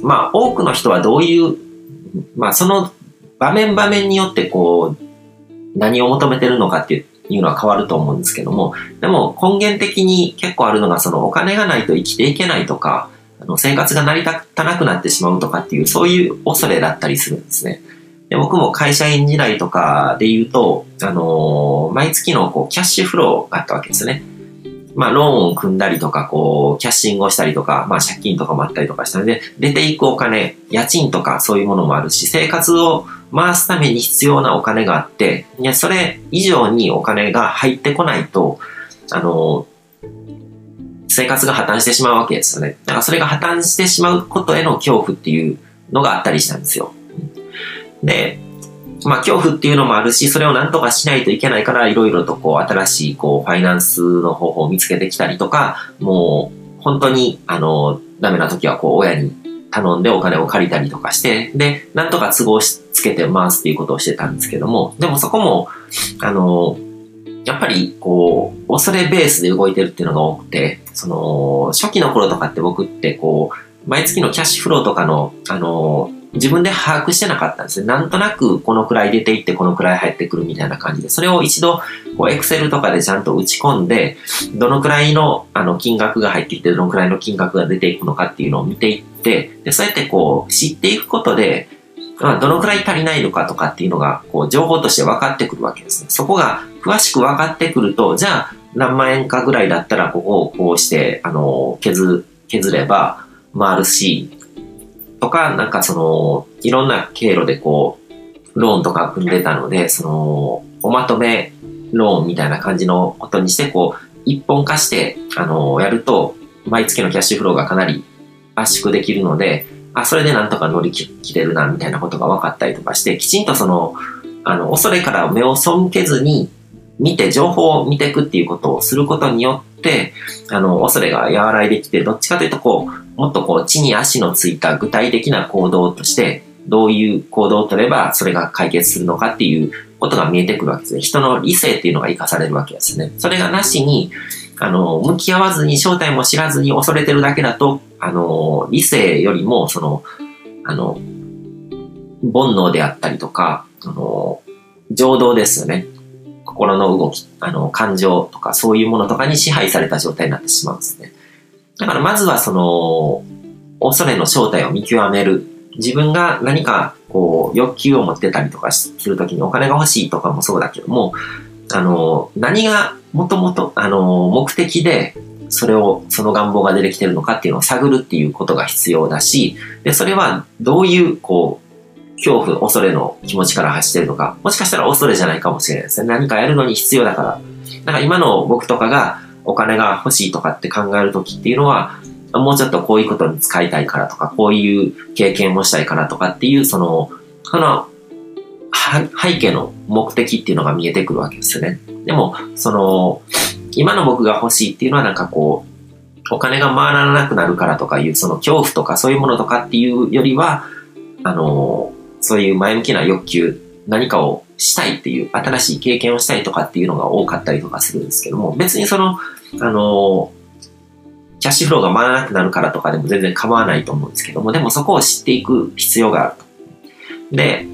まあ多くの人はどういう、まあその場面場面によってこう、何を求めてるのかっていうのは変わると思うんですけども、でも根源的に結構あるのが、そのお金がないと生きていけないとか、生活が成り立たなくなってしまうとかっていう、そういう恐れだったりするんですね。で、僕も会社員時代とかで言うと、毎月のこうキャッシュフローがあったわけですね。まあ、ローンを組んだりとか、こう、キャッシングをしたりとか、まあ、借金とかもあったりとかしたので、出ていくお金、家賃とかそういうものもあるし、生活を回すために必要なお金があって、それ以上にお金が入ってこないと、生活が破綻してしまうわけですよね。だからそれが破綻してしまうことへの恐怖っていうのがあったりしたんですよ。で、まあ恐怖っていうのもあるし、それを何とかしないといけないから、いろいろとこう新しいこうファイナンスの方法を見つけてきたりとか、もう本当にダメな時はこう親に頼んでお金を借りたりとかして、で、なんとか都合をつけて回すっていうことをしてたんですけども、でもそこも、やっぱりこう、恐れベースで動いてるっていうのが多くて、初期の頃とかって僕ってこう、毎月のキャッシュフローとかの、自分で把握してなかったんですね。なんとなくこのくらい出ていってこのくらい入ってくるみたいな感じで、それを一度、こう、エクセルとかでちゃんと打ち込んで、どのくらいの、金額が入ってきて、どのくらいの金額が出ていくのかっていうのを見ていって、で、そうやってこう、知っていくことで、まあ、どのくらい足りないのかとかっていうのが、こう、情報として分かってくるわけですね。そこが詳しく分かってくると、じゃあ、何万円かぐらいだったら、ここをこうして、削れば回るし、とか、なんかいろんな経路でこう、ローンとか組んでたので、おまとめローンみたいな感じのことにして、こう、一本化して、やると、毎月のキャッシュフローがかなり圧縮できるので、それでなんとか乗り切れるな、みたいなことが分かったりとかして、きちんと恐れから目を背けずに、情報を見ていくっていうことをすることによって、恐れが和らいできて、どっちかというとこう、もっとこう、地に足のついた具体的な行動として、どういう行動を取ればそれが解決するのかっていうことが見えてくるわけですね。人の理性っていうのが活かされるわけですね。それがなしに、向き合わずに正体も知らずに恐れてるだけだと、理性よりも、煩悩であったりとか、情動ですよね。心の動き、感情とかそういうものとかに支配された状態になってしまうんですね。だからまずは恐れの正体を見極める。自分が何かこう欲求を持ってたりとかするときにお金が欲しいとかもそうだけども、何がもともと目的でその願望が出てきてるのかっていうのを探るっていうことが必要だし、で、それはどういうこう恐怖、恐れの気持ちから発してるのか、もしかしたら恐れじゃないかもしれないですね。何かやるのに必要だから。だから今の僕とかがお金が欲しいとかって考えるときっていうのは、もうちょっとこういうことに使いたいからとか、こういう経験をしたいからとかっていう、背景の目的っていうのが見えてくるわけですよね。でも、今の僕が欲しいっていうのはなんかこう、お金が回らなくなるからとかいう、恐怖とかそういうものとかっていうよりは、そういう前向きな欲求、何かをしたいっていう、新しい経験をしたいとかっていうのが多かったりとかするんですけども、別にキャッシュフローが回らなくなるからとかでも全然構わないと思うんですけども、でもそこを知っていく必要があると。で、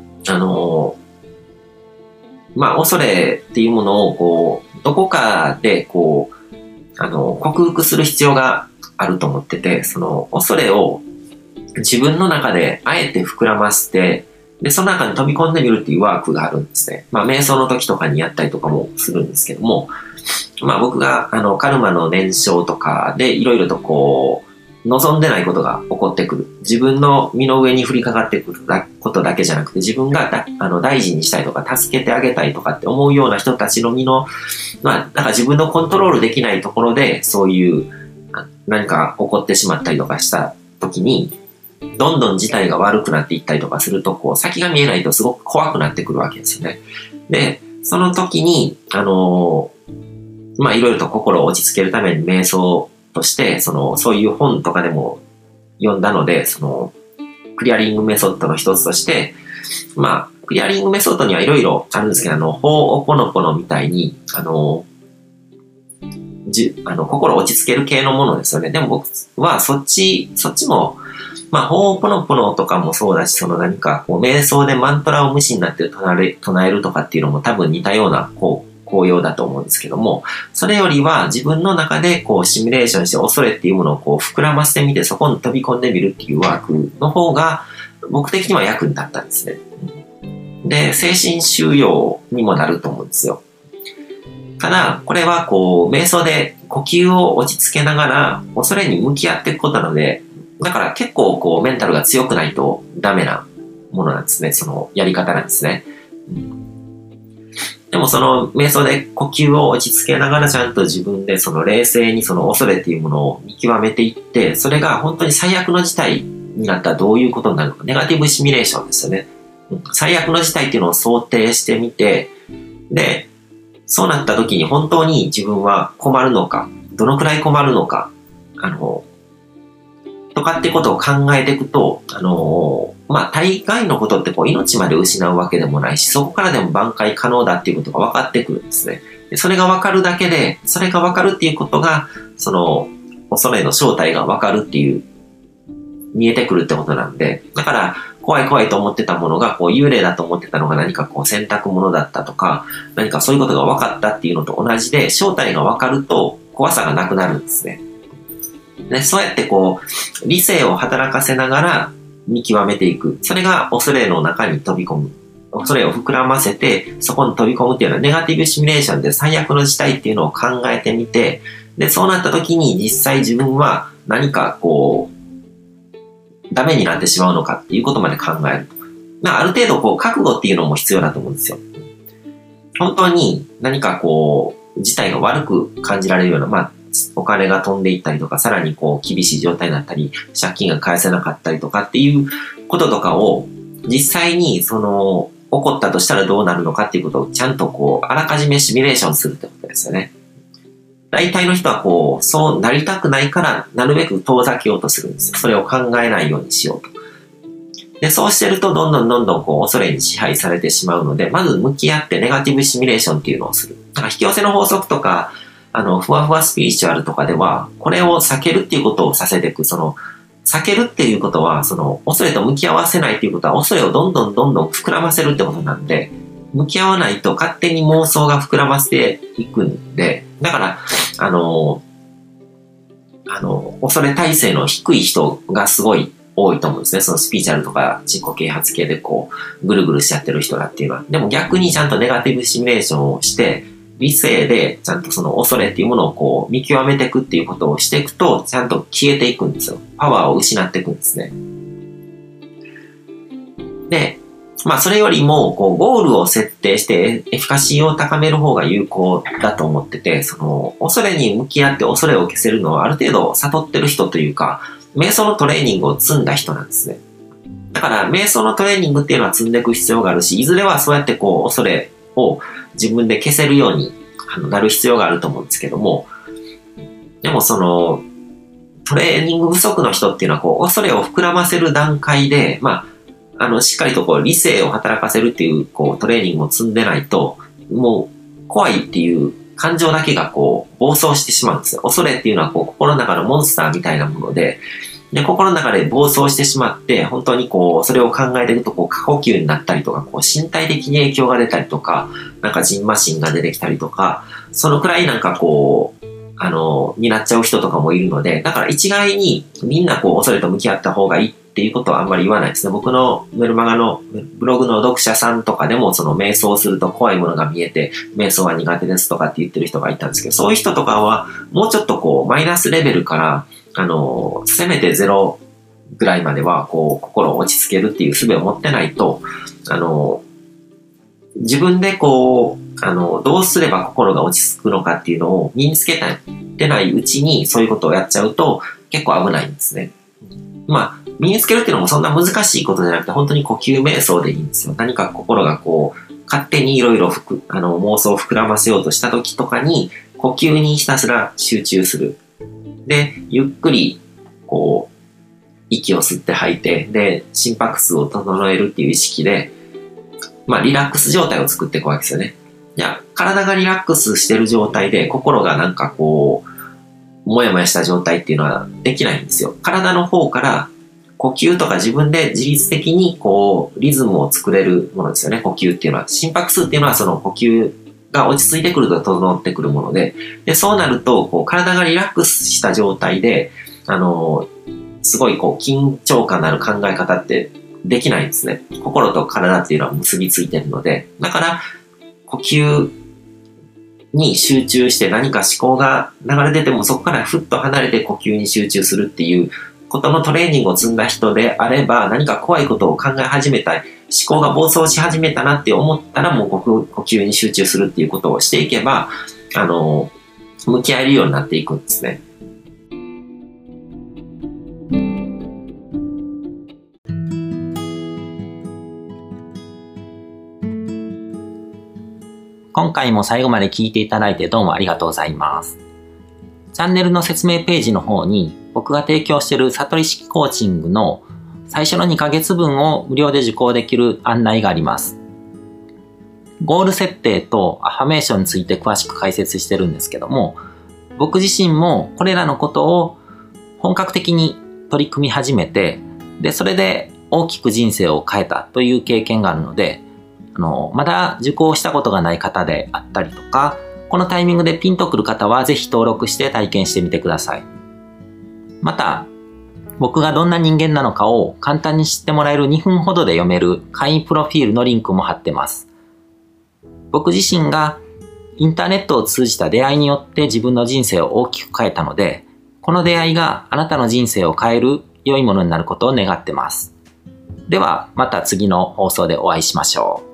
恐れっていうものをこう、どこかでこう、克服する必要があると思ってて、恐れを自分の中であえて膨らませて、で、その中に飛び込んでみるっていうワークがあるんですね。瞑想の時とかにやったりとかもするんですけども、僕が、カルマの燃焼とかでいろいろとこう、望んでないことが起こってくる。自分の身の上に降りかかってくることだけじゃなくて、自分が大事にしたいとか、助けてあげたいとかって思うような人たちの身の、なんか自分のコントロールできないところで、そういう何か起こってしまったりとかした時に、どんどん事態が悪くなっていったりとかすると、こう、先が見えないとすごく怖くなってくるわけですよね。で、その時に、いろいろと心を落ち着けるために瞑想として、そういう本とかでも読んだので、クリアリングメソッドの一つとして、クリアリングメソッドにはいろいろあるんですけど、ホーオポノポノみたいに、 心を落ち着ける系のものですよね。でも僕はそっちも、ホーポノポノとかもそうだし、その何か、瞑想でマントラを無視になって唱えるとかっていうのも多分似たような、効用だと思うんですけども、それよりは自分の中でシミュレーションして恐れっていうものを膨らませてみて、そこに飛び込んでみるっていうワークの方が、僕的には役に立ったんですね。で、精神収容にもなると思うんですよ。ただ、これは瞑想で呼吸を落ち着けながら、恐れに向き合っていくことなので、だから結構メンタルが強くないとダメなものなんですね。そのやり方なんですね。でもその瞑想で呼吸を落ち着けながらちゃんと自分でその冷静にその恐れっていうものを見極めていって、それが本当に最悪の事態になったらどういうことになるのか。ネガティブシミュレーションですよね。最悪の事態っていうのを想定してみて、で、そうなった時に本当に自分は困るのか、どのくらい困るのか、とかってことを考えていくと、大概のことって命まで失うわけでもないし、そこからでも挽回可能だっていうことが分かってくるんですね。でそれが分かるだけで、それが分かるっていうことが、その、恐れの正体が分かるっていう、見えてくるってことなんで、だから、怖いと思ってたものが、幽霊だと思ってたのが何か洗濯物だったとか、何かそういうことが分かったっていうのと同じで、正体が分かると怖さがなくなるんですね。で、そうやって理性を働かせながら見極めていく。それが恐れの中に飛び込む。恐れを膨らませて、そこに飛び込むっていうのはネガティブシミュレーションで最悪の事態っていうのを考えてみて、で、そうなった時に実際自分は何かダメになってしまうのかっていうことまで考える。ある程度覚悟っていうのも必要だと思うんですよ。本当に何か事態が悪く感じられるような、お金が飛んでいったりとか、さらに厳しい状態になったり、借金が返せなかったりとかっていうこととかを、実際に起こったとしたらどうなるのかっていうことをちゃんとあらかじめシミュレーションするってことですよね。大体の人はそうなりたくないから、なるべく遠ざけようとするんですよ。それを考えないようにしようと。で、そうしてると、どんどん恐れに支配されてしまうので、まず向き合ってネガティブシミュレーションっていうのをする。だから引き寄せの法則とか、ふわふわスピリチュアルとかでは、これを避けるっていうことをさせていく。避けるっていうことは、恐れと向き合わせないっていうことは、恐れをどんどん膨らませるってことなんで、向き合わないと勝手に妄想が膨らませていくんで、だから、恐れ体制の低い人がすごい多いと思うんですね。そのスピーチャルとか自己啓発系でぐるぐるしちゃってる人らっていうのは。でも逆にちゃんとネガティブシミュレーションをして、理性でちゃんとその恐れっていうものを見極めていくっていうことをしていくと、ちゃんと消えていくんですよ。パワーを失っていくんですね。で、それよりも、ゴールを設定して、エフィカシーを高める方が有効だと思ってて、恐れに向き合って恐れを消せるのはある程度悟ってる人というか、瞑想のトレーニングを積んだ人なんですね。だから、瞑想のトレーニングっていうのは積んでいく必要があるし、いずれはそうやって恐れを自分で消せるようになる必要があると思うんですけども、でもトレーニング不足の人っていうのは、恐れを膨らませる段階で、しっかりと理性を働かせるっていうトレーニングを積んでないと、もう怖いっていう感情だけが暴走してしまうんですよ。恐れっていうのは心の中のモンスターみたいなもので、心の中で暴走してしまって、本当にそれを考えていくと過呼吸になったりとか、身体的に影響が出たりとか、ジンマシンが出てきたりとか、そのくらいになっちゃう人とかもいるので、だから一概にみんな恐れと向き合った方がいいっていうことはあんまり言わないですね。僕のメルマガのブログの読者さんとかでも瞑想すると怖いものが見えて、瞑想は苦手ですとかって言ってる人がいたんですけど、そういう人とかはもうちょっとマイナスレベルから、せめてゼロぐらいまでは心を落ち着けるっていう術を持ってないと、自分でどうすれば心が落ち着くのかっていうのを身につけてないうちにそういうことをやっちゃうと結構危ないんですね。身につけるっていうのもそんな難しいことじゃなくて、本当に呼吸瞑想でいいんですよ。何か心が勝手にいろいろ妄想を膨らませようとした時とかに、呼吸にひたすら集中する。で、ゆっくり、息を吸って吐いて、で、心拍数を整えるっていう意識で、リラックス状態を作っていくわけですよね。じゃあ、 体がリラックスしてる状態で心がなんかこう、もやもやした状態っていうのはできないんですよ。体の方から呼吸とか自分で自律的にこう、リズムを作れるものですよね、呼吸っていうのは。心拍数っていうのはその呼吸が落ち着いてくると整ってくるもので、そうなると、こう、体がリラックスした状態で、すごいこう、緊張感のある考え方ってできないんですね。心と体っていうのは結びついてるので、だから、呼吸に集中して何か思考が流れ出てもそこからふっと離れて呼吸に集中するっていうことのトレーニングを積んだ人であれば、何か怖いことを考え始めたい、思考が暴走し始めたなって思ったらもう呼吸に集中するっていうことをしていけば、向き合えるようになっていくんですね。 今回も最後まで聞いていただいてどうもありがとうございます。チャンネルの説明ページの方に僕が提供している悟り式コーチングの最初の2ヶ月分を無料で受講できる案内があります。ゴール設定とアファメーションについて詳しく解説してるんですけども、僕自身もこれらのことを本格的に取り組み始めて、で、それで大きく人生を変えたという経験があるので、まだ受講したことがない方であったりとか、このタイミングでピンとくる方はぜひ登録して体験してみてください。また、僕がどんな人間なのかを簡単に知ってもらえる2分ほどで読める会員プロフィールのリンクも貼ってます。僕自身がインターネットを通じた出会いによって自分の人生を大きく変えたので、この出会いがあなたの人生を変える良いものになることを願ってます。では、また次の放送でお会いしましょう。